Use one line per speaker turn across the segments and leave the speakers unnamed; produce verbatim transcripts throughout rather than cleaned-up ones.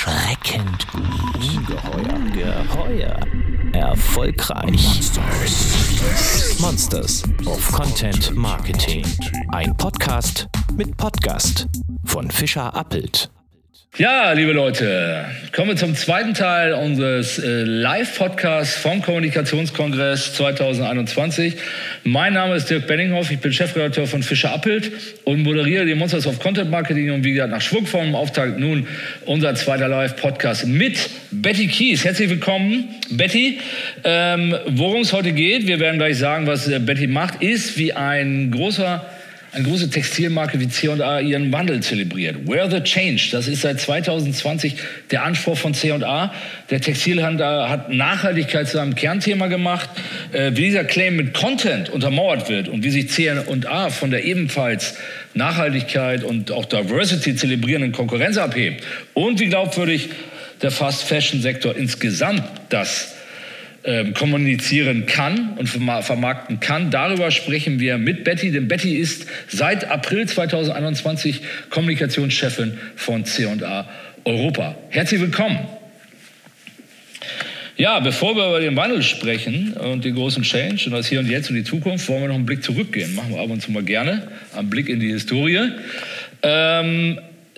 Erschreckend gut. Ungeheuer. Geheuer. Erfolgreich. Monsters. Monsters of Content Marketing. Ein Podcast mit Podcast von Fischer Appelt.
Ja, liebe Leute, kommen wir zum zweiten Teil unseres äh, Live-Podcasts vom Kommunikationskongress zwanzig einundzwanzig. Mein Name ist Dirk Benninghoff, ich bin Chefredakteur von Fischer Appelt und moderiere die Monsters of Content Marketing und wie gesagt nach Schwungform Auftakt nun unser zweiter Live-Podcast mit Betty Kies. Herzlich willkommen, Betty. Ähm, worum es heute geht, wir werden gleich sagen, was äh, Betty macht, ist wie ein großer Eine große Textilmarke wie C und A ihren Wandel zelebriert. Wear the Change, das ist seit zwanzig zwanzig der Anspruch von C und A. Der Textilhandel hat Nachhaltigkeit zu einem Kernthema gemacht. Äh, wie dieser Claim mit Content untermauert wird und wie sich C und A von der ebenfalls Nachhaltigkeit und auch Diversity zelebrierenden Konkurrenz abhebt und wie glaubwürdig der Fast-Fashion-Sektor insgesamt das Ähm, kommunizieren kann und vermarkten kann. Darüber sprechen wir mit Betty, denn Betty ist seit April zwanzig einundzwanzig Kommunikationschefin von C und A Europa. Herzlich willkommen. Ja, bevor wir über den Wandel sprechen und den großen Change und das Hier und Jetzt und die Zukunft, wollen wir noch einen Blick zurückgehen. Machen wir ab und zu mal gerne. Einen Blick in die Historie. Ähm,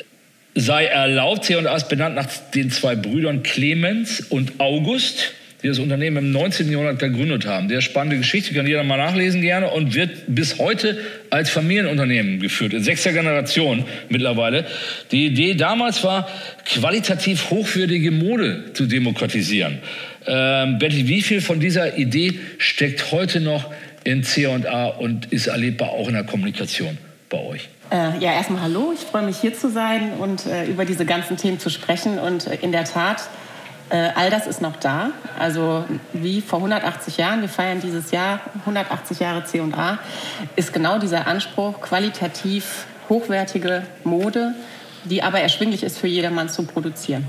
sei erlaubt, C und A ist benannt nach den zwei Brüdern Clemens und August, die das Unternehmen im neunzehnten Jahrhundert gegründet haben. Sehr spannende Geschichte, kann jeder mal nachlesen gerne und wird bis heute als Familienunternehmen geführt, in sechster Generation mittlerweile. Die Idee damals war, qualitativ hochwertige Mode zu demokratisieren. Ähm, Betty, wie viel von dieser Idee steckt heute noch in C und A und ist erlebbar auch in der Kommunikation bei euch?
Äh, ja, erstmal hallo, ich freue mich hier zu sein und äh, über diese ganzen Themen zu sprechen und äh, in der Tat, all das ist noch da, also wie vor hundertachtzig Jahren, wir feiern dieses Jahr hundertachtzig Jahre C und A, ist genau dieser Anspruch, qualitativ hochwertige Mode, die aber erschwinglich ist für jedermann zu produzieren.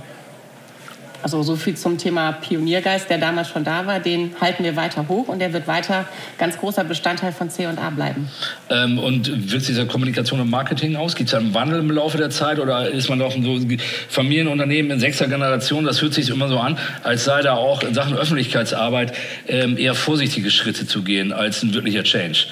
Also so viel zum Thema Pioniergeist, der damals schon da war, den halten wir weiter hoch und der wird weiter ganz großer Bestandteil von C und A bleiben.
Ähm, und wirkt sich dieser Kommunikation und Marketing aus? Gibt es einen Wandel im Laufe der Zeit oder ist man doch so Familienunternehmen in sechster Generation? Das hört sich immer so an, als sei da auch in Sachen Öffentlichkeitsarbeit ähm, eher vorsichtige Schritte zu gehen als ein wirklicher Change.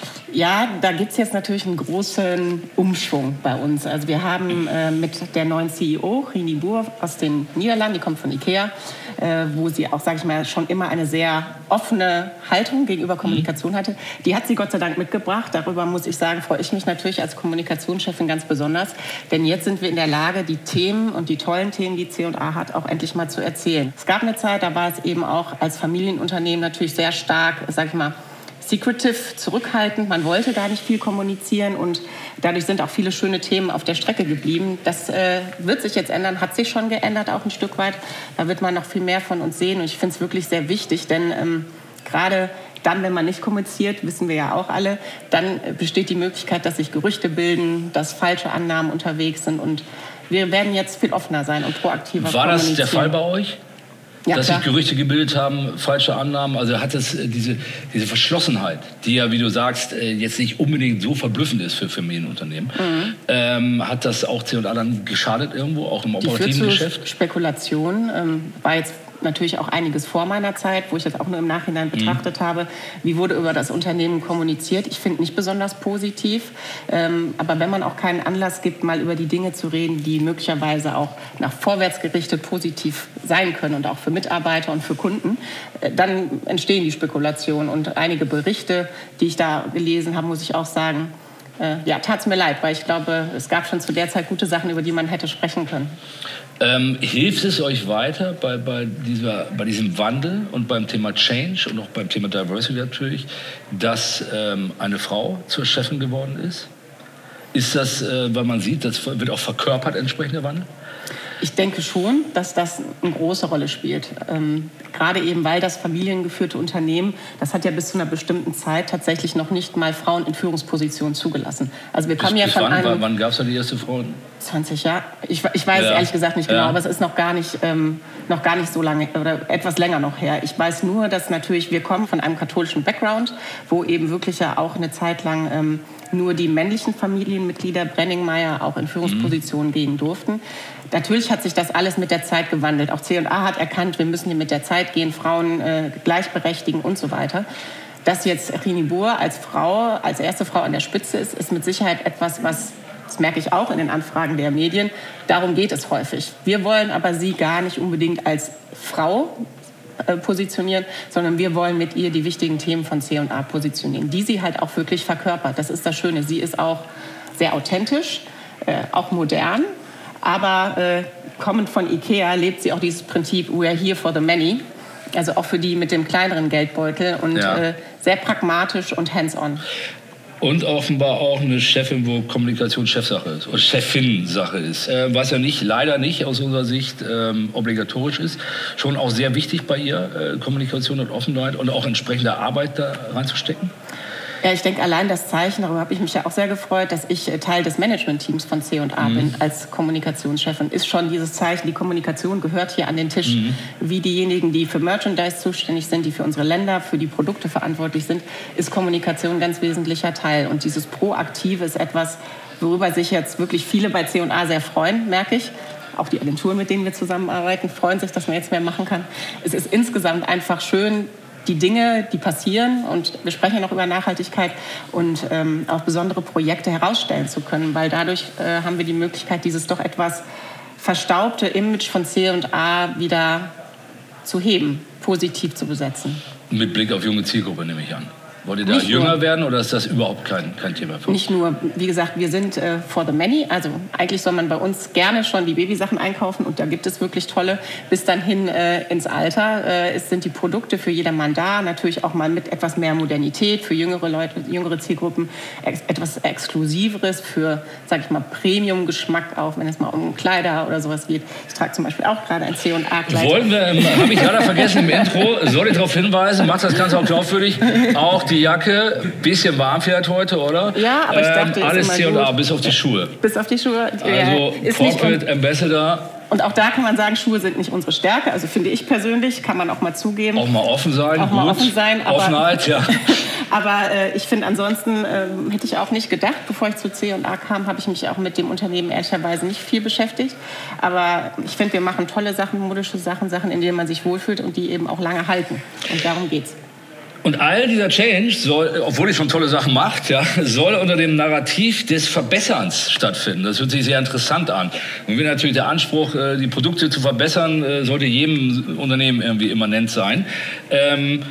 Ja, da gibt es jetzt natürlich einen großen Umschwung bei uns. Also wir haben äh, mit der neuen C E O, Rini Boer aus den Niederlanden, die kommt von Ikea, äh, wo sie auch, sage ich mal, schon immer eine sehr offene Haltung gegenüber Kommunikation hatte. Die hat sie Gott sei Dank mitgebracht. Darüber muss ich sagen, freue ich mich natürlich als Kommunikationschefin ganz besonders. Denn jetzt sind wir in der Lage, die Themen und die tollen Themen, die C und A hat, auch endlich mal zu erzählen. Es gab eine Zeit, da war es eben auch als Familienunternehmen natürlich sehr stark, sage ich mal, secretive, zurückhaltend. Man wollte gar nicht viel kommunizieren und dadurch sind auch viele schöne Themen auf der Strecke geblieben. Das äh, wird sich jetzt ändern, hat sich schon geändert, auch ein Stück weit. Da wird man noch viel mehr von uns sehen und ich finde es wirklich sehr wichtig, denn ähm, gerade dann, wenn man nicht kommuniziert, wissen wir ja auch alle, dann besteht die Möglichkeit, dass sich Gerüchte bilden, dass falsche Annahmen unterwegs sind und wir werden jetzt viel offener sein und proaktiver
War
kommunizieren.
das der Fall bei euch?
Ja,
dass
klar.
sich Gerüchte gebildet haben, falsche Annahmen, also hat es äh, diese, diese Verschlossenheit, die ja, wie du sagst, äh, jetzt nicht unbedingt so verblüffend ist für Familienunternehmen, mhm. ähm, hat das auch C und A dann geschadet irgendwo, auch im operativen Geschäft?
Spekulation ähm, war jetzt natürlich auch einiges vor meiner Zeit, wo ich das auch nur im Nachhinein betrachtet mhm. habe. Wie wurde über das Unternehmen kommuniziert? Ich finde nicht besonders positiv. Ähm, aber wenn man auch keinen Anlass gibt, mal über die Dinge zu reden, die möglicherweise auch nach vorwärts gerichtet positiv sein können und auch für Mitarbeiter und für Kunden, äh, dann entstehen die Spekulationen. Und einige Berichte, die ich da gelesen habe, muss ich auch sagen, äh, ja, tat es mir leid, weil ich glaube, es gab schon zu der Zeit gute Sachen, über die man hätte sprechen können.
Ähm, hilft es euch weiter bei, bei, dieser, bei diesem Wandel und beim Thema Change und auch beim Thema Diversity natürlich, dass ähm, eine Frau zur Chefin geworden ist? Ist das, äh, weil man sieht, das wird auch verkörpert, entsprechender Wandel?
Ich denke schon, dass das eine große Rolle spielt. Ähm, gerade eben, weil das familiengeführte Unternehmen, das hat ja bis zu einer bestimmten Zeit tatsächlich noch nicht mal Frauen in Führungspositionen zugelassen. Also wir kommen
bis,
ja
bis
von
wann,
einem...
Wann gab es da die erste Frau?
zwanzig Jahre. Ich, ich weiß
ja.
ehrlich gesagt nicht genau,
ja.
aber es ist noch gar nicht, ähm, noch gar nicht so lange oder etwas länger noch her. Ich weiß nur, dass natürlich wir kommen von einem katholischen Background, wo eben wirklich ja auch eine Zeit lang ähm, nur die männlichen Familienmitglieder Brenningmeier auch in Führungspositionen mhm. gehen durften. Natürlich hat sich das alles mit der Zeit gewandelt. Auch C und A hat erkannt, wir müssen hier mit der Zeit gehen, Frauen äh, gleichberechtigen und so weiter. Dass jetzt Rini Boer als Frau, als erste Frau an der Spitze ist, ist mit Sicherheit etwas, was, das merke ich auch in den Anfragen der Medien, darum geht es häufig. Wir wollen aber sie gar nicht unbedingt als Frau äh, positionieren, sondern wir wollen mit ihr die wichtigen Themen von C und A positionieren, die sie halt auch wirklich verkörpert. Das ist das Schöne. Sie ist auch sehr authentisch, äh, auch modern, aber äh, kommend von Ikea lebt sie auch dieses Prinzip We are here for the many. Also auch für die mit dem kleineren Geldbeutel und ja. äh, sehr pragmatisch und hands-on.
Und offenbar auch eine Chefin, wo Kommunikation Chefsache ist oder Chefin-Sache ist. Äh, was ja nicht, leider nicht aus unserer Sicht ähm, obligatorisch ist. Schon auch sehr wichtig bei ihr, äh, Kommunikation und Offenheit und auch entsprechende Arbeit da reinzustecken.
Ja, ich denke, allein das Zeichen, darüber habe ich mich ja auch sehr gefreut, dass ich Teil des Managementteams von C und A mhm. bin als Kommunikationschefin, ist schon dieses Zeichen, die Kommunikation gehört hier an den Tisch. Mhm. Wie diejenigen, die für Merchandise zuständig sind, die für unsere Länder, für die Produkte verantwortlich sind, ist Kommunikation ein ganz wesentlicher Teil. Und dieses Proaktive ist etwas, worüber sich jetzt wirklich viele bei C und A sehr freuen, merke ich. Auch die Agenturen, mit denen wir zusammenarbeiten, freuen sich, dass man jetzt mehr machen kann. Es ist insgesamt einfach schön, die Dinge, die passieren, und wir sprechen ja noch über Nachhaltigkeit und ähm, auch besondere Projekte herausstellen zu können, weil dadurch äh, haben wir die Möglichkeit, dieses doch etwas verstaubte Image von C und A wieder zu heben, positiv zu besetzen.
Mit Blick auf junge Zielgruppe nehme ich an. Wollt ihr da
Nicht
jünger
nur.
werden oder ist das überhaupt kein, kein Thema für uns?
Nicht nur, wie gesagt, wir sind äh, for the many, also eigentlich soll man bei uns gerne schon die Babysachen einkaufen und da gibt es wirklich tolle, bis dann hin äh, ins Alter. Äh, es sind die Produkte für jedermann da, natürlich auch mal mit etwas mehr Modernität, für jüngere Leute, jüngere Zielgruppen, ex- etwas Exklusiveres, für, sag ich mal, Premium-Geschmack auch, wenn es mal um Kleider oder sowas geht. Ich trage zum Beispiel auch gerade ein C und A-Kleid.
Wollen wir, ähm, habe ich gerade vergessen im Intro, soll ich darauf hinweisen, macht das Ganze auch glaubwürdig, auch die Jacke, bisschen warm vielleicht heute, oder?
Ja, aber ich dachte,
ähm, alles
ist
C
immer
und A,
gut.
bis auf die Schuhe.
Bis auf die Schuhe.
Also
ja, ist
Corporate Ambassador.
Und auch da kann man sagen, Schuhe sind nicht unsere Stärke. Also finde ich persönlich, kann man auch mal zugeben.
Auch mal offen sein.
Auch
gut.
mal offen sein. Aber,
Offenheit, ja.
aber äh, ich finde, ansonsten äh, hätte ich auch nicht gedacht, bevor ich zu C und A kam, habe ich mich auch mit dem Unternehmen ehrlicherweise nicht viel beschäftigt. Aber ich finde, wir machen tolle Sachen, modische Sachen, Sachen, in denen man sich wohlfühlt und die eben auch lange halten. Und darum geht's.
Und all dieser Change soll, obwohl ihr schon tolle Sachen macht, ja, soll unter dem Narrativ des Verbesserns stattfinden. Das hört sich sehr interessant an. Und wenn natürlich der Anspruch, die Produkte zu verbessern, sollte jedem Unternehmen irgendwie immanent sein. Ähm,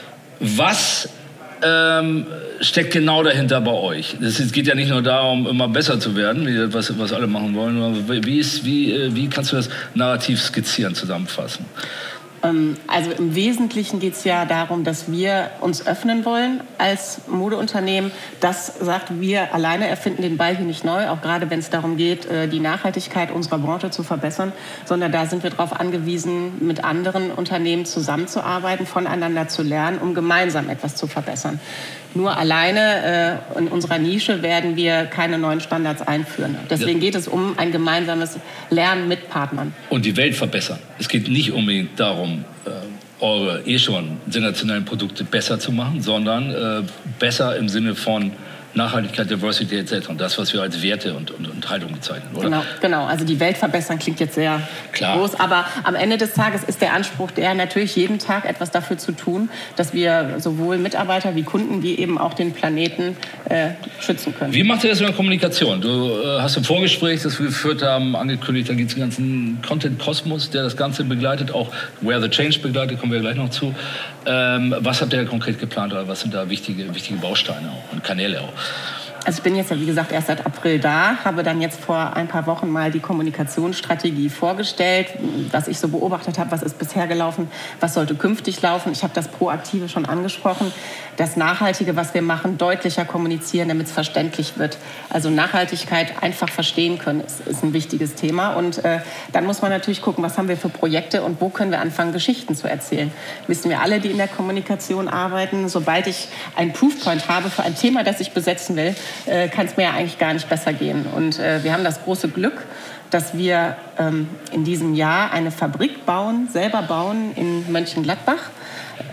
was ähm, steckt genau dahinter bei euch? Es geht ja nicht nur darum, immer besser zu werden, wie, was, was alle machen wollen. Aber wie, ist, wie, wie kannst du das Narrativ skizzieren, zusammenfassen?
Also im Wesentlichen geht es ja darum, dass wir uns öffnen wollen als Modeunternehmen. Das sagt, wir alleine erfinden den Ball hier nicht neu, auch gerade wenn es darum geht, die Nachhaltigkeit unserer Branche zu verbessern, sondern da sind wir darauf angewiesen, mit anderen Unternehmen zusammenzuarbeiten, voneinander zu lernen, um gemeinsam etwas zu verbessern. Nur alleine äh, in unserer Nische werden wir keine neuen Standards einführen. Deswegen geht es um ein gemeinsames Lernen mit Partnern.
Und die Welt verbessern. Es geht nicht unbedingt darum, äh, eure eh schon sensationellen Produkte besser zu machen, sondern äh, besser im Sinne von Nachhaltigkeit, Diversity et cetera. Und das, was wir als Werte und, und, und Haltung bezeichnen, oder?
Genau, genau. Also die Welt verbessern klingt jetzt sehr
Klar.
groß. Aber am Ende des Tages ist der Anspruch, der natürlich jeden Tag etwas dafür zu tun, dass wir sowohl Mitarbeiter wie Kunden, wie eben auch den Planeten äh, schützen können.
Wie macht ihr das in der Kommunikation? Du äh, hast im Vorgespräch, das wir geführt haben, angekündigt, da gibt es einen ganzen Content-Kosmos, der das Ganze begleitet, auch Where the Change begleitet, kommen wir gleich noch zu. Ähm, was habt ihr da konkret geplant oder was sind da wichtige, wichtige Bausteine auch und Kanäle auch?
Also ich bin jetzt ja, wie gesagt, erst seit April da, habe dann jetzt vor ein paar Wochen mal die Kommunikationsstrategie vorgestellt, was ich so beobachtet habe, was ist bisher gelaufen, was sollte künftig laufen. Ich habe das Proaktive schon angesprochen, das Nachhaltige, was wir machen, deutlicher kommunizieren, damit es verständlich wird. Also Nachhaltigkeit einfach verstehen können, ist, ist ein wichtiges Thema. Und äh, dann muss man natürlich gucken, was haben wir für Projekte und wo können wir anfangen, Geschichten zu erzählen. Wissen wir alle, die in der Kommunikation arbeiten, sobald ich einen Proofpoint habe für ein Thema, das ich besetzen will, kann es mir ja eigentlich gar nicht besser gehen. Und äh, wir haben das große Glück, dass wir ähm, in diesem Jahr eine Fabrik bauen, selber bauen in Mönchengladbach.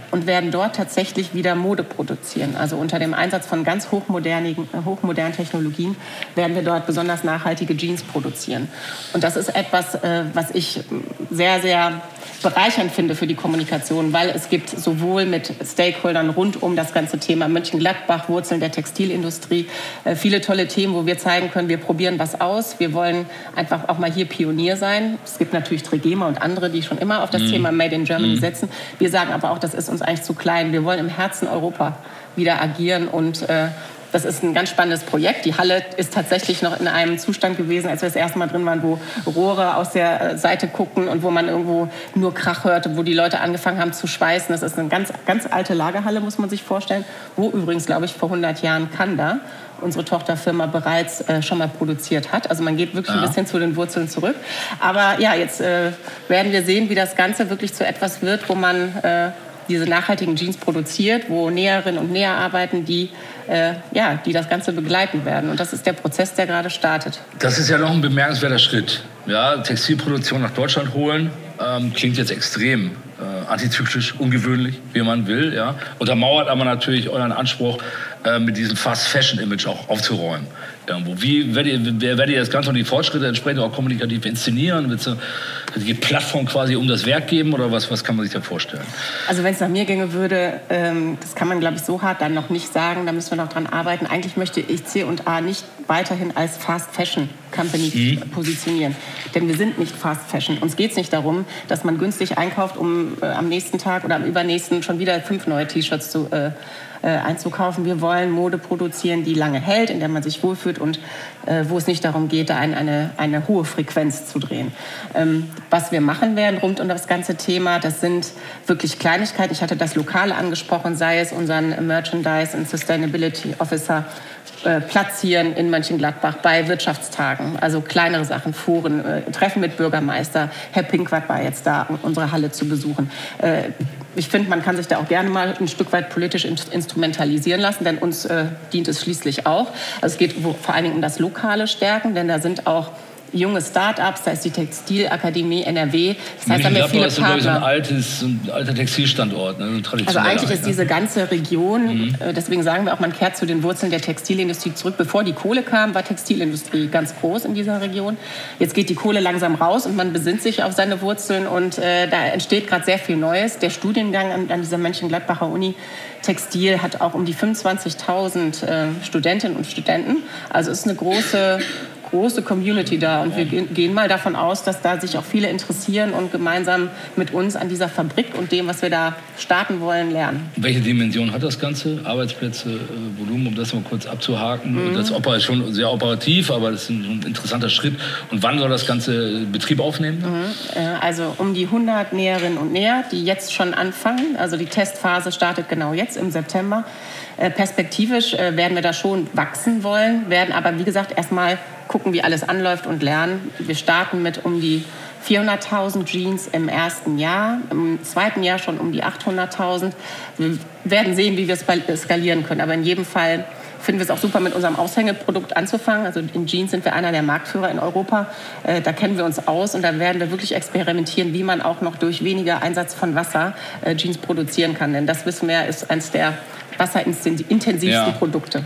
und werden dort tatsächlich wieder Mode produzieren. Also unter dem Einsatz von ganz hochmodernen, hochmodernen Technologien werden wir dort besonders nachhaltige Jeans produzieren. Und das ist etwas, was ich sehr, sehr bereichernd finde für die Kommunikation, weil es gibt sowohl mit Stakeholdern rund um das ganze Thema Mönchengladbach, Wurzeln der Textilindustrie, äh, viele tolle Themen, wo wir zeigen können, wir probieren was aus, wir wollen einfach auch mal hier Pionier sein. Es gibt natürlich Trigema und andere, die schon immer auf das mm. Thema Made in Germany mm. setzen. Wir sagen aber auch, das ist uns eigentlich zu klein. Wir wollen im Herzen Europa wieder agieren und äh, das ist ein ganz spannendes Projekt. Die Halle ist tatsächlich noch in einem Zustand gewesen, als wir das erste Mal drin waren, wo Rohre aus der Seite gucken und wo man irgendwo nur Krach hörte, wo die Leute angefangen haben zu schweißen. Das ist eine ganz, ganz alte Lagerhalle, muss man sich vorstellen, wo übrigens, glaube ich, vor hundert Jahren Kanda, unsere Tochterfirma, bereits äh, schon mal produziert hat. Also man geht wirklich ja. ein bisschen zu den Wurzeln zurück. Aber ja, jetzt äh, werden wir sehen, wie das Ganze wirklich zu etwas wird, wo man äh, diese nachhaltigen Jeans produziert, wo Näherinnen und Näher arbeiten, die, äh, ja, die das Ganze begleiten werden. Und das ist der Prozess, der gerade startet.
Das ist ja noch ein bemerkenswerter Schritt. Ja, Textilproduktion nach Deutschland holen, ähm, klingt jetzt extrem äh, antizyklisch, ungewöhnlich, wie man will. Ja. Untermauert aber natürlich euren Anspruch, äh, mit diesem Fast-Fashion-Image auch aufzuräumen. Irgendwo. Wie werdet ihr, werdet ihr das Ganze und die Fortschritte entsprechend auch kommunikativ inszenieren? Wird es eine Plattform quasi um das Werk geben oder was, was kann man sich da vorstellen?
Also wenn es nach mir ginge würde, ähm, das kann man, glaube ich, so hart dann noch nicht sagen, da müssen wir noch dran arbeiten. Eigentlich möchte ich C und A nicht weiterhin als Fast-Fashion-Company mhm. positionieren. Denn wir sind nicht Fast-Fashion. Uns geht es nicht darum, dass man günstig einkauft, um äh, am nächsten Tag oder am übernächsten schon wieder fünf neue T-Shirts zu äh, einzukaufen. Wir wollen Mode produzieren, die lange hält, in der man sich wohlfühlt und äh, wo es nicht darum geht, eine, eine, eine hohe Frequenz zu drehen. Ähm, was wir machen werden rund um das ganze Thema, das sind wirklich Kleinigkeiten. Ich hatte das Lokale angesprochen, sei es unseren Merchandise und Sustainability Officer äh, platzieren in Mönchengladbach bei Wirtschaftstagen, also kleinere Sachen, Foren, äh, Treffen mit Bürgermeister. Herr Pinkwart war jetzt da, um unsere Halle zu besuchen. Äh, Ich finde, man kann sich da auch gerne mal ein Stück weit politisch instrumentalisieren lassen, denn uns äh, dient es schließlich auch. Also es geht vor allen Dingen um das lokale Stärken, denn da sind auch junge Start-ups, da ist die Textilakademie N R W. Das heißt, da haben wir viele
ist Partner. So ein, altes, ein alter Textilstandort, ne? Ein
also eigentlich ist diese ganze Region, mhm. äh, deswegen sagen wir auch, man kehrt zu den Wurzeln der Textilindustrie zurück. Bevor die Kohle kam, war Textilindustrie ganz groß in dieser Region. Jetzt geht die Kohle langsam raus und man besinnt sich auf seine Wurzeln und äh, da entsteht gerade sehr viel Neues. Der Studiengang an, an dieser Mönchengladbacher Uni Textil hat auch um die fünfundzwanzigtausend äh, Studentinnen und Studenten. Also ist eine große große Community da und wir gehen mal davon aus, dass da sich auch viele interessieren und gemeinsam mit uns an dieser Fabrik und dem, was wir da starten wollen, lernen.
Welche Dimension hat das Ganze? Arbeitsplätze, äh, Volumen, um das mal kurz abzuhaken. Mhm. Das ist schon sehr operativ, aber das ist ein interessanter Schritt. Und wann soll das Ganze Betrieb aufnehmen?
Mhm. Also um die hundert Näherinnen und Näher, die jetzt schon anfangen. Also die Testphase startet genau jetzt im September. Perspektivisch werden wir da schon wachsen wollen, werden aber, wie gesagt, erstmal gucken, wie alles anläuft und lernen. Wir starten mit um die vierhunderttausend Jeans im ersten Jahr, im zweiten Jahr schon um die achthunderttausend. Wir werden sehen, wie wir es skalieren können, aber in jedem Fall finden wir es auch super, mit unserem Aushängeprodukt anzufangen. Also in Jeans sind wir einer der Marktführer in Europa. Äh, da kennen wir uns aus und da werden wir wirklich experimentieren, wie man auch noch durch weniger Einsatz von Wasser äh, Jeans produzieren kann. Denn das wissen wir, ist eines der wasserintensivsten ja. Produkte.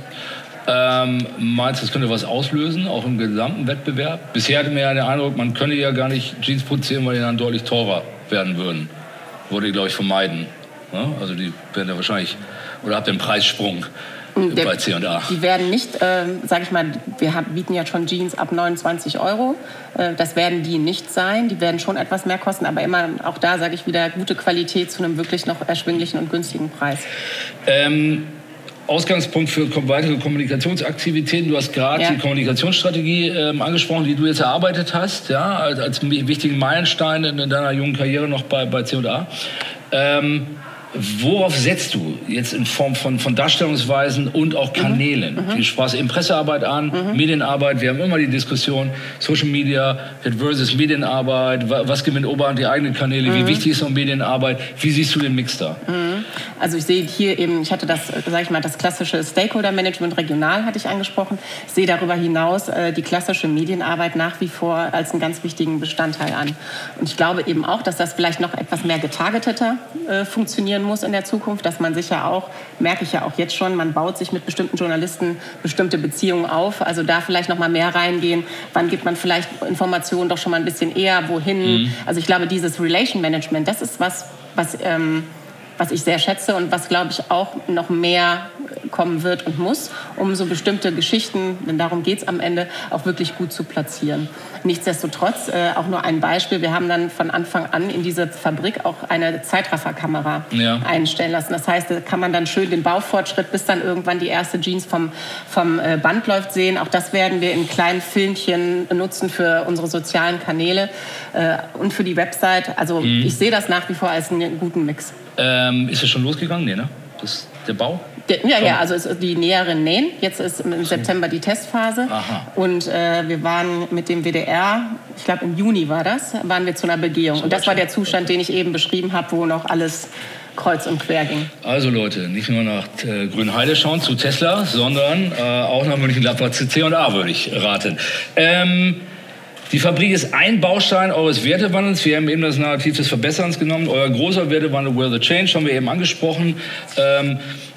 Ähm, meinst du, das könnte was auslösen, auch im gesamten Wettbewerb? Bisher hatten wir ja den Eindruck, man könne ja gar nicht Jeans produzieren, weil die dann deutlich teurer werden würden. Würde ich, glaube ich, vermeiden. Ja? Also die werden ja wahrscheinlich, oder habt ihr einen Preissprung?
Der,
bei C und A.
Die werden nicht, äh, sage ich mal, wir haben, bieten ja schon Jeans ab neunundzwanzig Euro. Äh, das werden die nicht sein. Die werden schon etwas mehr kosten, aber immer auch da, sage ich wieder, gute Qualität zu einem wirklich noch erschwinglichen und günstigen Preis. Ähm,
Ausgangspunkt für weitere Kommunikationsaktivitäten. Du hast gerade ja. die Kommunikationsstrategie ähm, angesprochen, die du jetzt erarbeitet hast, ja, als, als wichtigen Meilenstein in deiner jungen Karriere noch bei, bei C und A. Ähm, Worauf setzt du jetzt in Form von, von Darstellungsweisen und auch Kanälen? Mhm. Du sprachst eben Pressearbeit an, mhm. Medienarbeit. Wir haben immer die Diskussion, Social Media versus Medienarbeit. Was gewinnt Oberhand, die eigenen Kanäle? Mhm. Wie wichtig ist noch Medienarbeit? Wie siehst du den Mix da?
Mhm. Also ich sehe hier eben, ich hatte das, sage ich mal, das klassische Stakeholder-Management regional hatte ich angesprochen. Ich sehe darüber hinaus äh, die klassische Medienarbeit nach wie vor als einen ganz wichtigen Bestandteil an. Und ich glaube eben auch, dass das vielleicht noch etwas mehr getargeteter äh, funktionieren muss in der Zukunft, dass man sich ja auch, merke ich ja auch jetzt schon, man baut sich mit bestimmten Journalisten bestimmte Beziehungen auf. Also da vielleicht noch mal mehr reingehen. Wann gibt man vielleicht Informationen doch schon mal ein bisschen eher, wohin? Mhm. Also ich glaube, dieses Relation Management, das ist was, was ähm, was ich sehr schätze und was, glaube ich, auch noch mehr kommen wird und muss, um so bestimmte Geschichten, denn darum geht es am Ende, auch wirklich gut zu platzieren. Nichtsdestotrotz, äh, auch nur ein Beispiel, wir haben dann von Anfang an in diese Fabrik auch eine Zeitrafferkamera ja. einstellen lassen. Das heißt, da kann man dann schön den Baufortschritt, bis dann irgendwann die erste Jeans vom, vom äh, Band läuft, sehen. Auch das werden wir in kleinen Filmchen nutzen für unsere sozialen Kanäle äh, und für die Website. Also mhm. ich sehe das nach wie vor als einen guten Mix.
Ähm, ist es schon losgegangen? Nee, ne? Das, der Bau?
Der, ja, ja, also es ist die näheren Nähen. Jetzt ist im September die Testphase. Aha. Und äh, wir waren mit dem W D R, ich glaube im Juni war das, waren wir zu einer Begehung. So, und das war der Zustand, den ich eben beschrieben habe, wo noch alles kreuz und quer ging.
Also Leute, nicht nur nach äh, Grünheide schauen zu Tesla, sondern äh, auch nach Mönchengladbach zu C und A, würde ich raten. Ähm, Die Fabrik ist ein Baustein eures Wertewandels. Wir haben eben das Narrativ des Verbesserns genommen. Euer großer Wertewandel, Where the Change, haben wir eben angesprochen. Ähm,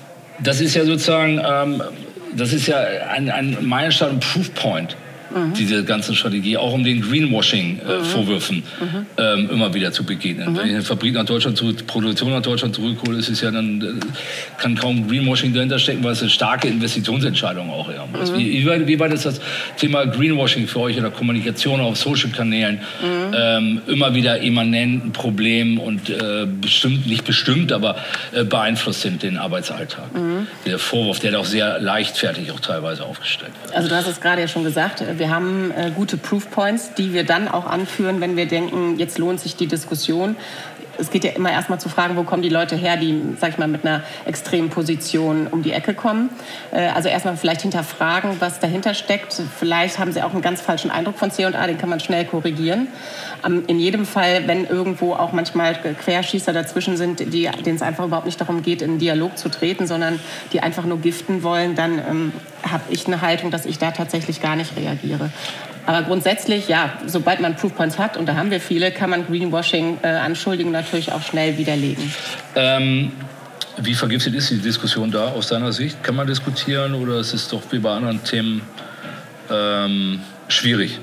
das ist ja sozusagen, ähm, das ist ja ein, ein Meilenstein und Proofpoint. Mhm. Diese ganze Strategie, auch um den Greenwashing-Vorwürfen äh, mhm. ähm, immer wieder zu begegnen. Mhm. Wenn ich eine Fabrik nach Deutschland zurück, Produktion nach Deutschland zurückhole, ist es ja dann, äh, kann kaum Greenwashing dahinter stecken, weil es eine starke Investitionsentscheidung auch ist. Mhm. Wie, wie, weit, wie weit ist das Thema Greenwashing für euch in der Kommunikation auf Social-Kanälen mhm. ähm, immer wieder immanent ein Problem und äh, bestimmt, nicht bestimmt, aber äh, beeinflusst den, den Arbeitsalltag? Mhm. Der Vorwurf, der auch sehr leichtfertig auch teilweise aufgestellt wird.
Also du hast es gerade ja schon gesagt, wir haben äh, gute Proofpoints, die wir dann auch anführen, wenn wir denken, jetzt lohnt sich die Diskussion. Es geht ja immer erstmal zu fragen, wo kommen die Leute her, die, sag ich mal, mit einer extremen Position um die Ecke kommen. Äh, also erstmal vielleicht hinterfragen, was dahinter steckt. Vielleicht haben sie auch einen ganz falschen Eindruck von C und A, den kann man schnell korrigieren. Ähm, in jedem Fall, wenn irgendwo auch manchmal Querschießer dazwischen sind, die, denen es einfach überhaupt nicht darum geht, in einen Dialog zu treten, sondern die einfach nur giften wollen, dann ähm, habe ich eine Haltung, dass ich da tatsächlich gar nicht reagiere. Aber grundsätzlich, ja, sobald man Proofpoints hat, und da haben wir viele, kann man Greenwashing-Anschuldigungen äh, natürlich auch schnell widerlegen.
Ähm, wie vergiftet ist die Diskussion da aus deiner Sicht? Kann man diskutieren oder ist es doch wie bei anderen Themen ähm, schwierig?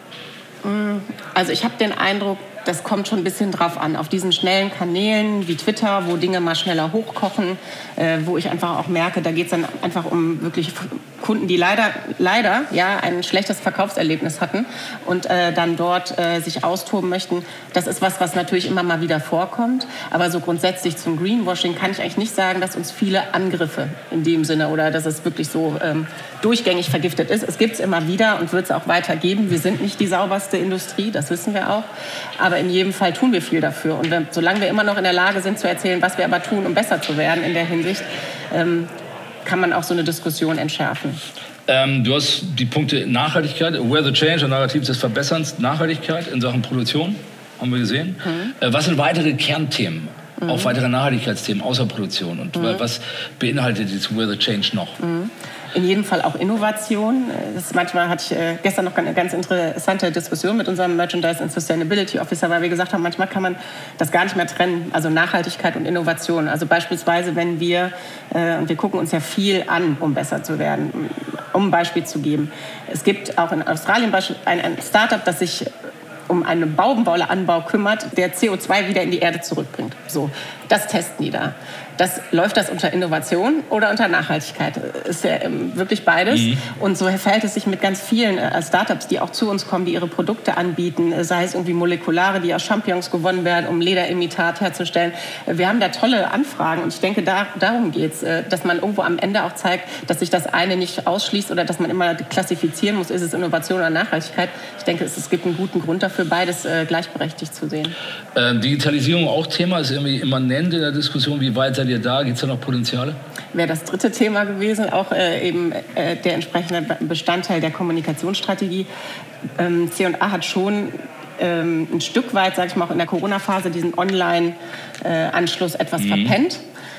Also ich habe den Eindruck, das kommt schon ein bisschen drauf an. Auf diesen schnellen Kanälen wie Twitter, wo Dinge mal schneller hochkochen, äh, wo ich einfach auch merke, da geht es dann einfach um wirklich Kunden, die leider, leider ja, ein schlechtes Verkaufserlebnis hatten und äh, dann dort äh, sich austoben möchten. Das ist was, was natürlich immer mal wieder vorkommt. Aber so grundsätzlich zum Greenwashing kann ich eigentlich nicht sagen, dass uns viele Angriffe in dem Sinne oder dass es wirklich so ähm, durchgängig vergiftet ist. Es gibt es immer wieder und wird es auch weiter geben. Wir sind nicht die sauberste Industrie, das wissen wir auch. Aber in jedem Fall tun wir viel dafür. Und äh, solange wir immer noch in der Lage sind zu erzählen, was wir aber tun, um besser zu werden in der Hinsicht, ähm, kann man auch so eine Diskussion entschärfen.
Ähm, du hast die Punkte Nachhaltigkeit, Where the Change, und Narrativ des Verbesserns, Nachhaltigkeit in Sachen Produktion, haben wir gesehen. Mhm. Äh, was sind weitere Kernthemen, mhm. auch weitere Nachhaltigkeitsthemen außer Produktion? Und mhm. was beinhaltet dieses Where the Change noch?
Mhm. In jedem Fall auch Innovation. Das manchmal hatte ich äh, gestern noch eine ganz interessante Diskussion mit unserem Merchandise and Sustainability Officer, weil wir gesagt haben, manchmal kann man das gar nicht mehr trennen, also Nachhaltigkeit und Innovation. Also beispielsweise, wenn wir, äh, und wir gucken uns ja viel an, um besser zu werden, um ein Beispiel zu geben. Es gibt auch in Australien ein, ein Startup, das sich um einen Baumwolleanbau kümmert, der C O zwei wieder in die Erde zurückbringt. So, das testen die da. Das, läuft das unter Innovation oder unter Nachhaltigkeit? Ist ja ähm, wirklich beides. Mhm. Und so verhält es sich mit ganz vielen äh, Startups, die auch zu uns kommen, die ihre Produkte anbieten, sei es irgendwie molekulare, die aus Champignons gewonnen werden, um Lederimitat herzustellen. Wir haben da tolle Anfragen und ich denke, da, darum geht es, äh, dass man irgendwo am Ende auch zeigt, dass sich das eine nicht ausschließt oder dass man immer klassifizieren muss, ist es Innovation oder Nachhaltigkeit. Ich denke, es, es gibt einen guten Grund dafür, beides äh, gleichberechtigt zu sehen.
Ähm, Digitalisierung auch Thema, ist irgendwie immanent in der Diskussion. Wie weit seid ihr da? Gibt es da noch Potenziale?
Wäre das dritte Thema gewesen, auch äh, eben äh, der entsprechende Bestandteil der Kommunikationsstrategie. Ähm, C und A hat schon ähm, ein Stück weit, sage ich mal, auch in der Corona-Phase diesen Online-Anschluss äh, etwas mhm. verpennt.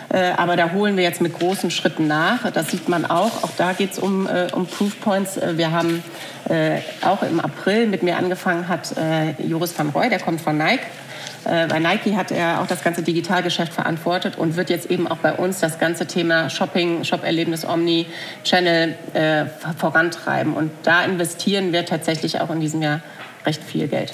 Äh, aber da holen wir jetzt mit großen Schritten nach. Das sieht man auch. Auch da geht es um, äh, um Proof Points. Äh, wir haben äh, auch im April mit mir angefangen, hat äh, Joris van Rooij, der kommt von Nike. Äh, bei Nike hat er auch das ganze Digitalgeschäft verantwortet und wird jetzt eben auch bei uns das ganze Thema Shopping, Shop-Erlebnis, Omni-Channel äh, vorantreiben. Und da investieren wir tatsächlich auch in diesem Jahr recht viel Geld.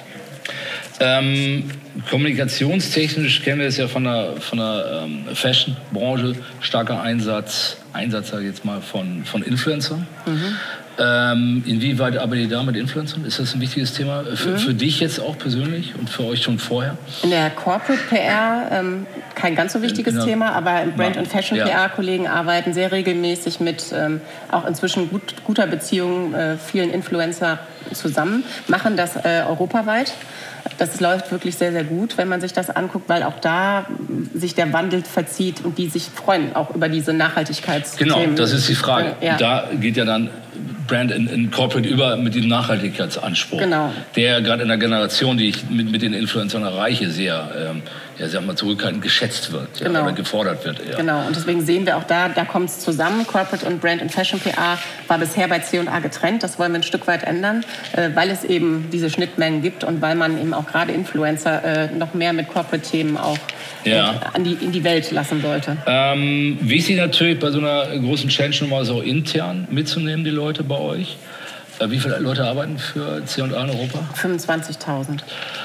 Ähm, kommunikationstechnisch kennen wir es ja von der, von der ähm, Fashion-Branche, starker Einsatz, Einsatz sage ich jetzt mal, von, von Influencern. Mhm. Ähm, inwieweit arbeitet ihr da mit Influencern? Ist das ein wichtiges Thema für, mhm. für dich jetzt auch persönlich und für euch schon vorher?
In der Corporate P R ähm, kein ganz so wichtiges in, in Thema, aber im Brand- und Fashion-P R-Kollegen arbeiten sehr regelmäßig mit ähm, auch inzwischen gut, guter Beziehung äh, vielen Influencer zusammen, machen das äh, europaweit. Das läuft wirklich sehr, sehr gut, wenn man sich das anguckt, weil auch da sich der Wandel verzieht und die sich freuen auch über diese Nachhaltigkeitsthemen.
Genau, das ist die Frage.
Ja.
Da geht ja dann Brand in, in Corporate über mit dem Nachhaltigkeitsanspruch,
genau.
der gerade in der Generation, die ich mit, mit den Influencern erreiche, sehr ähm, ja, sag mal, zurückhaltend geschätzt wird, ja,
genau.
oder gefordert wird. Ja.
Genau, und deswegen sehen wir auch da, da kommt es zusammen. Corporate und Brand und Fashion P R war bisher bei C und A getrennt. Das wollen wir ein Stück weit ändern, äh, weil es eben diese Schnittmengen gibt und weil man eben auch gerade Influencer äh, noch mehr mit Corporate-Themen auch
ja.
äh, an die, in die Welt lassen sollte.
Ähm, wichtig natürlich bei so einer großen Change nochmal so intern mitzunehmen, die Leute bei euch. Äh, wie viele Leute arbeiten für C und A in Europa?
fünfundzwanzigtausend.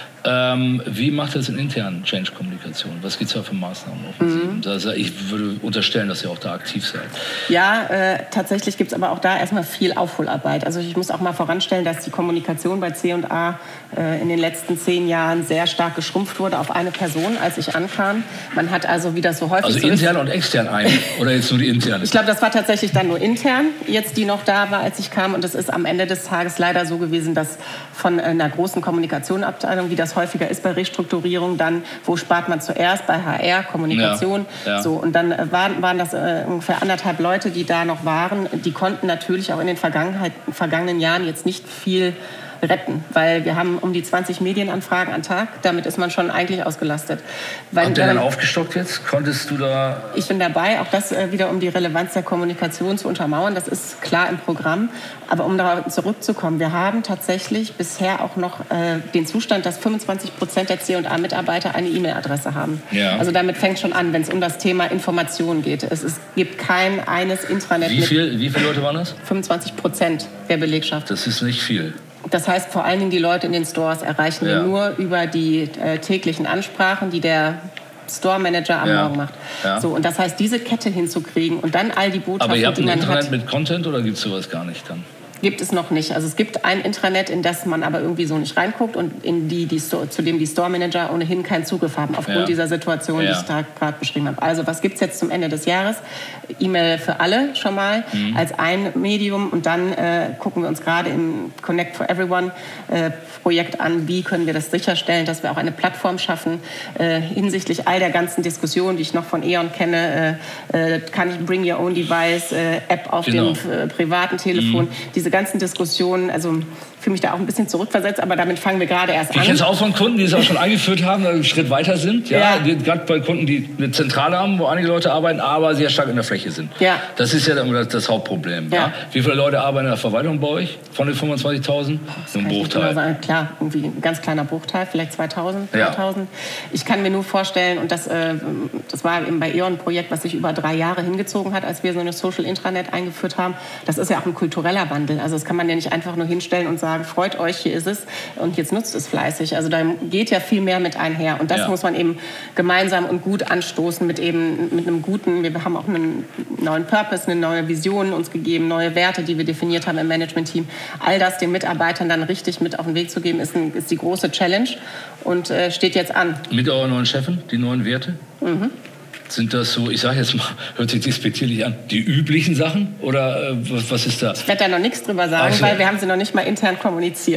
Ähm, wie macht das in internen Change-Kommunikation? Was gibt es da für Maßnahmen? Mhm. Also ich würde unterstellen, dass ihr auch da aktiv seid.
Ja, äh, tatsächlich gibt es aber auch da erstmal viel Aufholarbeit. Also ich muss auch mal voranstellen, dass die Kommunikation bei C und A äh, in den letzten zehn Jahren sehr stark geschrumpft wurde auf eine Person, als ich ankam. Man hat also, wie das so häufig
Also
so
intern
ist,
und extern ein oder jetzt nur die interne?
Ich glaube, das war tatsächlich dann nur intern, jetzt die noch da war, als ich kam. Und es ist am Ende des Tages leider so gewesen, dass von einer großen Kommunikationsabteilung, wie das häufiger ist bei Restrukturierung, dann, wo spart man zuerst? Bei H R, Kommunikation. Ja, ja. So, und dann waren, waren das äh, ungefähr anderthalb Leute, die da noch waren. Die konnten natürlich auch in den Vergangenheit, vergangenen Jahren jetzt nicht viel retten, weil wir haben um die zwanzig Medienanfragen am Tag. Damit ist man schon eigentlich ausgelastet. Weil,
Habt ihr dann aufgestockt jetzt? Konntest du da...
Ich bin dabei, auch das äh, wieder um die Relevanz der Kommunikation zu untermauern. Das ist klar im Programm. Aber um darauf zurückzukommen, wir haben tatsächlich bisher auch noch äh, den Zustand, dass fünfundzwanzig Prozent der C und A-Mitarbeiter eine E-Mail-Adresse haben.
Ja.
Also damit fängt schon an, wenn es um das Thema Information geht. Es, es gibt kein eines Intranet
wie viel, Wie viele Leute waren das?
fünfundzwanzig Prozent der Belegschaft.
Das ist nicht viel.
Das heißt, vor allen Dingen die Leute in den Stores erreichen wir
ja.
nur über die äh, täglichen Ansprachen, die der Store-Manager am
ja.
Morgen macht.
Ja.
So, und das heißt, diese Kette hinzukriegen und dann all die Botschaften,
Aber ihr habt
die
ein
man
Internet
hat,
mit Content oder gibt es sowas gar nicht dann?
Gibt es noch nicht. Also es gibt ein Intranet, in das man aber irgendwie so nicht reinguckt und in die, die Store, zu dem die Store-Manager ohnehin keinen Zugriff haben, aufgrund
ja.
dieser Situation,
ja.
die ich da gerade beschrieben habe. Also was gibt es jetzt zum Ende des Jahres? E-Mail für alle schon mal mhm. als ein Medium. Und dann äh, gucken wir uns gerade im Connect for Everyone äh, Projekt an, wie können wir das sicherstellen, dass wir auch eine Plattform schaffen äh, hinsichtlich all der ganzen Diskussionen, die ich noch von E.ON kenne. Äh, äh, kann ich Bring Your Own Device, äh, App auf
genau.
dem äh, privaten Telefon, mhm. diese ganzen Diskussionen, also ich fühle mich da auch ein bisschen zurückversetzt, aber damit fangen wir gerade erst an.
Ich kenne es auch von Kunden, die es auch schon eingeführt haben, einen Schritt weiter sind. Ja,
ja.
Gerade bei Kunden, die eine Zentrale haben, wo einige Leute arbeiten, aber sehr stark in der Fläche sind.
Ja.
Das ist ja das, das Hauptproblem. Ja. Ja. Wie viele Leute arbeiten in der Verwaltung bei euch von den fünfundzwanzigtausend? Nur ein Bruchteil.
Sagen. Klar, irgendwie ein ganz kleiner Bruchteil, vielleicht zweitausend,
ja.
dreitausend. Ich kann mir nur vorstellen, und das, äh, das war eben bei E.ON ein Projekt, was sich über drei Jahre hingezogen hat, als wir so eine Social Intranet eingeführt haben. Das ist ja auch ein kultureller Wandel. Also das kann man ja nicht einfach nur hinstellen und sagen, freut euch, hier ist es und jetzt nutzt es fleißig. Also da geht ja viel mehr mit einher. Und das
ja.
muss man eben gemeinsam und gut anstoßen mit eben mit einem guten, wir haben auch einen neuen Purpose, eine neue Vision uns gegeben, neue Werte, die wir definiert haben im Management-Team. All das den Mitarbeitern dann richtig mit auf den Weg zu geben, ist, ein, ist die große Challenge und äh, steht jetzt an.
Mit euren neuen Chefin, die neuen Werte? Mhm. Sind das so, ich sage jetzt mal, hört sich despektierlich an, die üblichen Sachen? Oder äh, was ist da?
Ich werde da noch nichts drüber sagen, also, weil wir haben sie noch nicht mal intern kommuniziert.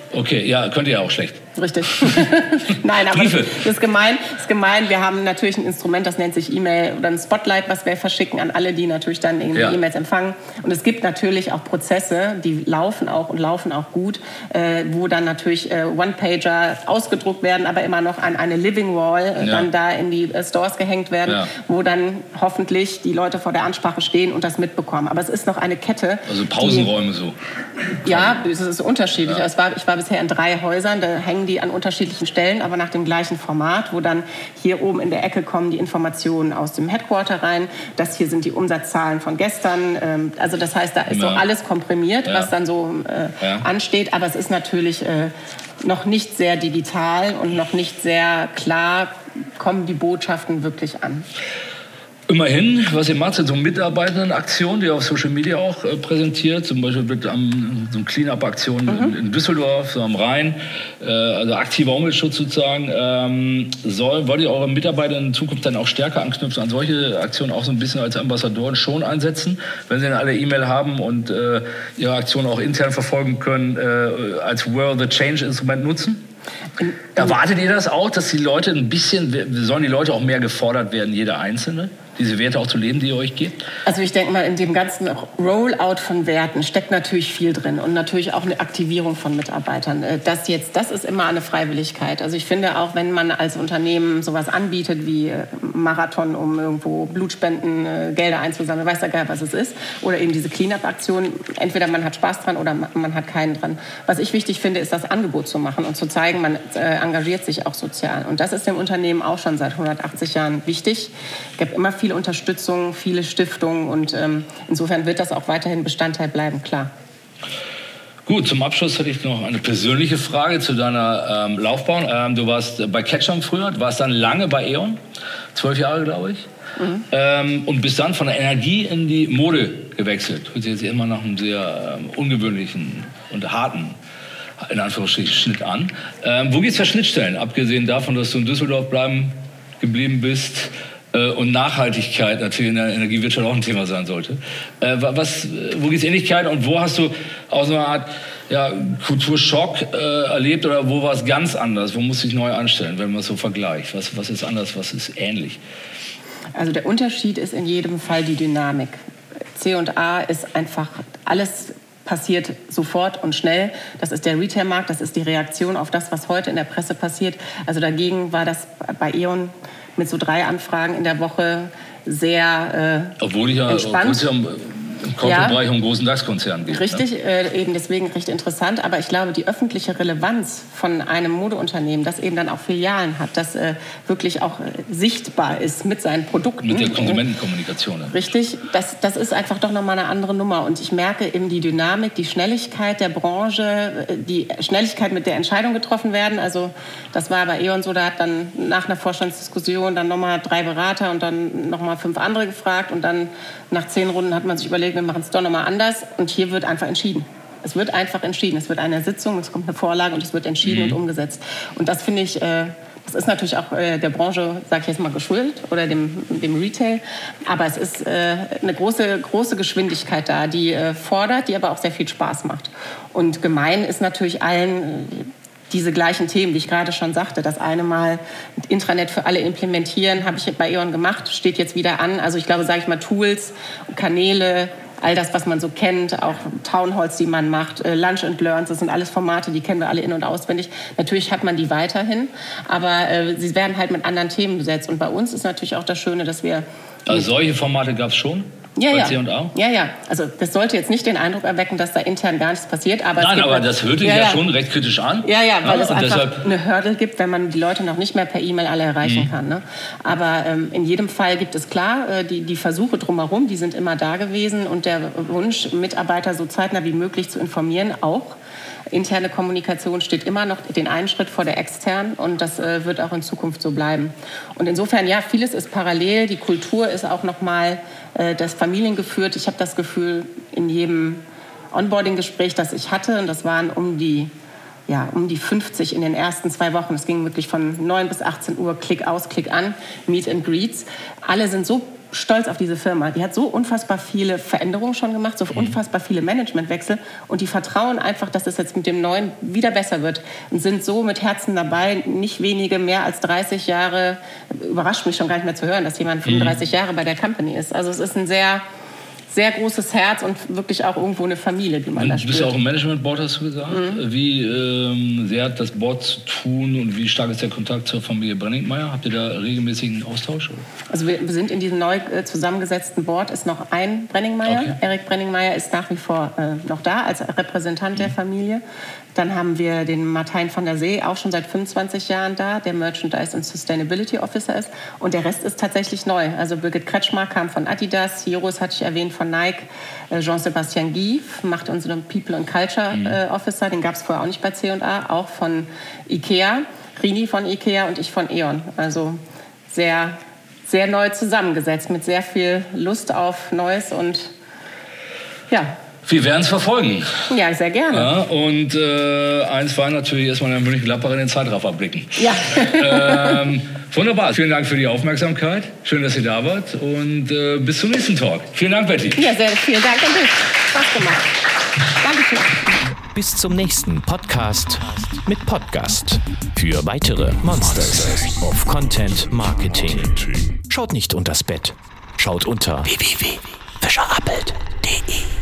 Okay, ja, könnt ihr ja auch schlecht.
Richtig. Nein, aber das, das ist gemein. Das ist gemein. Wir haben natürlich ein Instrument, das nennt sich E-Mail oder ein Spotlight, was wir verschicken an alle, die natürlich dann irgendwie ja. E-Mails empfangen. Und es gibt natürlich auch Prozesse, die laufen auch und laufen auch gut, äh, wo dann natürlich äh, One-Pager ausgedruckt werden, aber immer noch an eine Living Wall äh, ja. dann da in die äh, Stores gehängt werden, ja. wo dann hoffentlich die Leute vor der Ansprache stehen und das mitbekommen. Aber es ist noch eine Kette.
Also Pausenräume
die,
so.
Ja, es ist unterschiedlich. Ja. Es war, ich war bisher in drei Häusern, da hängen die an unterschiedlichen Stellen, aber nach dem gleichen Format, wo dann hier oben in der Ecke kommen die Informationen aus dem Headquarter rein. Das hier sind die Umsatzzahlen von gestern. Also das heißt, da ist ja. so alles komprimiert, ja. was dann so äh, ja. ansteht. Aber es ist natürlich äh, noch nicht sehr digital und noch nicht sehr klar, kommen die Botschaften wirklich an.
Immerhin, was ihr macht, sind so Mitarbeitendenaktionen, die ihr auf Social Media auch äh, präsentiert. Zum Beispiel mit um, so Clean-up-Aktionen mhm. in, in Düsseldorf, so am Rhein. Äh, also aktiver Umweltschutz sozusagen. Ähm, soll, wollt ihr eure Mitarbeiter in Zukunft dann auch stärker anknüpfen an solche Aktionen, auch so ein bisschen als Ambassadoren schon einsetzen, wenn sie dann alle E-Mail haben und äh, ihre Aktionen auch intern verfolgen können, äh, als Where the Change-Instrument nutzen? Erwartet ihr das auch, dass die Leute ein bisschen, sollen die Leute auch mehr gefordert werden, jeder Einzelne? Diese Werte auch zu leben, die ihr euch gebt?
Also ich denke mal, in dem ganzen Rollout von Werten steckt natürlich viel drin und natürlich auch eine Aktivierung von Mitarbeitern. Das jetzt, das ist immer eine Freiwilligkeit. Also ich finde auch, wenn man als Unternehmen sowas anbietet wie Marathon, um irgendwo Blutspenden, Gelder einzusammeln, weiß ja gar was es ist, oder eben diese Clean-up-Aktion, entweder man hat Spaß dran oder man hat keinen dran. Was ich wichtig finde, ist das Angebot zu machen und zu zeigen, man engagiert sich auch sozial. Und das ist dem Unternehmen auch schon seit hundertachtzig Jahren wichtig. Es gibt immer viel Unterstützung, viele Stiftungen und ähm, insofern wird das auch weiterhin Bestandteil bleiben, klar.
Gut, zum Abschluss hätte ich noch eine persönliche Frage zu deiner ähm, Laufbahn. Ähm, du warst bei Ketchum früher, du warst dann lange bei E.ON, zwölf Jahre, glaube ich, mhm. ähm, und bist dann von der Energie in die Mode gewechselt. Hört sich jetzt immer nach einem sehr ähm, ungewöhnlichen und harten, in Anführungsstrichen, Schnitt an. Ähm, wo gibt es für Schnittstellen, abgesehen davon, dass du in Düsseldorf bleiben geblieben bist? Und Nachhaltigkeit natürlich in der Energiewirtschaft auch ein Thema sein sollte. Äh, was, wo gibt es Ähnlichkeiten und wo hast du auch so eine Art ja, Kulturschock äh, erlebt oder wo war es ganz anders? Wo musst du dich neu anstellen, wenn man es so vergleicht? Was, was ist anders, was ist ähnlich?
Also der Unterschied ist in jedem Fall die Dynamik. C und A ist einfach alles passiert sofort und schnell. Das ist der Retailmarkt, das ist die Reaktion auf das, was heute in der Presse passiert. Also dagegen war das bei E.ON mit so drei Anfragen in der Woche sehr äh,
obwohl ich ja,
entspannt.
Obwohl ich ja im Corporate-Bereich ja. um einen großen DAX-Konzern geht.
Richtig,
ne?
äh, eben deswegen recht interessant. Aber ich glaube, die öffentliche Relevanz von einem Modeunternehmen, das eben dann auch Filialen hat, das äh, wirklich auch äh, sichtbar ist mit seinen Produkten.
Mit der Konsumentenkommunikation.
Äh, richtig, das, das ist einfach doch nochmal eine andere Nummer. Und ich merke eben die Dynamik, die Schnelligkeit der Branche, die Schnelligkeit, mit der Entscheidungen getroffen werden. Also das war bei E.ON so, da hat dann nach einer Vorstandsdiskussion dann nochmal drei Berater und dann nochmal fünf andere gefragt. Und dann nach zehn Runden hat man sich überlegt, wir machen es doch nochmal anders. Und hier wird einfach entschieden. Es wird einfach entschieden. Es wird eine Sitzung, es kommt eine Vorlage und es wird entschieden mhm. und umgesetzt. Und das finde ich, äh, das ist natürlich auch äh, der Branche, sage ich jetzt mal, geschuldet oder dem, dem Retail. Aber es ist äh, eine große, große Geschwindigkeit da, die äh, fordert, die aber auch sehr viel Spaß macht. Und gemein ist natürlich allen äh, diese gleichen Themen, die ich gerade schon sagte. Das eine Mal Intranet für alle implementieren, habe ich bei E.ON gemacht, steht jetzt wieder an. Also ich glaube, sage ich mal, Tools, Kanäle, all das, was man so kennt, auch Townhalls, die man macht, Lunch and Learns, das sind alles Formate, die kennen wir alle in- und auswendig. Natürlich hat man die weiterhin, aber äh, sie werden halt mit anderen Themen besetzt. Und bei uns ist natürlich auch das Schöne, dass wir...
Also solche Formate gab es schon?
Ja,
bei
ja.
C und A?
Ja, ja. Also das sollte jetzt nicht den Eindruck erwecken, dass da intern gar nichts passiert. Aber
Nein,
es
aber
halt,
das hörte ich
ja,
ja,
ja
schon recht kritisch an.
Ja, ja, weil
ja,
es einfach
deshalb
eine Hürde gibt, wenn man die Leute noch nicht mehr per E-Mail alle erreichen mhm. kann. Ne? Aber ähm, in jedem Fall gibt es klar, äh, die, die Versuche drumherum, die sind immer da gewesen. Und der Wunsch, Mitarbeiter so zeitnah wie möglich zu informieren, auch. Interne Kommunikation steht immer noch den einen Schritt vor der externen und das äh, wird auch in Zukunft so bleiben. Und insofern, ja, vieles ist parallel. Die Kultur ist auch noch mal äh, das Familiengeführt. Ich habe das Gefühl, in jedem Onboarding-Gespräch, das ich hatte, und das waren um die, ja, um die fünfzig in den ersten zwei Wochen, es ging wirklich von neun bis achtzehn Uhr, Klick aus, Klick an, Meet and Greets. Alle sind so stolz auf diese Firma. Die hat so unfassbar viele Veränderungen schon gemacht, so unfassbar viele Managementwechsel und die vertrauen einfach, dass es jetzt mit dem Neuen wieder besser wird und sind so mit Herzen dabei. Nicht wenige, mehr als dreißig Jahre, überrascht mich schon gar nicht mehr zu hören, dass jemand fünfunddreißig Jahre bei der Company ist. Also es ist ein sehr, sehr großes Herz und wirklich auch irgendwo eine Familie, die man
und
da
du
spürt.
bist ja auch im Management-Board, hast du gesagt. Mhm. Wie ähm, sehr hat das Board zu tun und wie stark ist der Kontakt zur Familie Brenningmeier? Habt ihr da regelmäßigen Austausch? Oder?
Also wir, wir sind in diesem neu äh, zusammengesetzten Board, ist noch ein Brenningmeier. Okay. Erik Brenningmeier ist nach wie vor äh, noch da als Repräsentant mhm. der Familie. Dann haben wir den Martijn van der See, auch schon seit fünfundzwanzig Jahren da, der Merchandise und Sustainability Officer ist. Und der Rest ist tatsächlich neu. Also Birgit Kretschmar kam von Adidas, Joris hatte ich erwähnt von Nike, Jean-Sébastien Guy macht unseren People and Culture mhm. äh, Officer, den gab es vorher auch nicht bei C und A, auch von Ikea, Rini von Ikea und ich von E.ON. Also sehr, sehr neu zusammengesetzt, mit sehr viel Lust auf Neues und ja.
Wir werden es verfolgen.
Ja, sehr gerne.
Ja, und äh, eins war natürlich erstmal in München-Gladbach in den Zeitraffer blicken.
Ja.
ähm, wunderbar. Vielen Dank für die Aufmerksamkeit. Schön, dass ihr da wart. Und äh, bis zum nächsten Talk. Vielen Dank, Betty.
Ja, sehr vielen Dank und dich. Spaß gemacht. Dankeschön.
Bis zum nächsten Podcast mit Podcast. Für weitere Monsters of Content Marketing. Schaut nicht unters Bett. Schaut unter w w w punkt fischerappelt punkt de.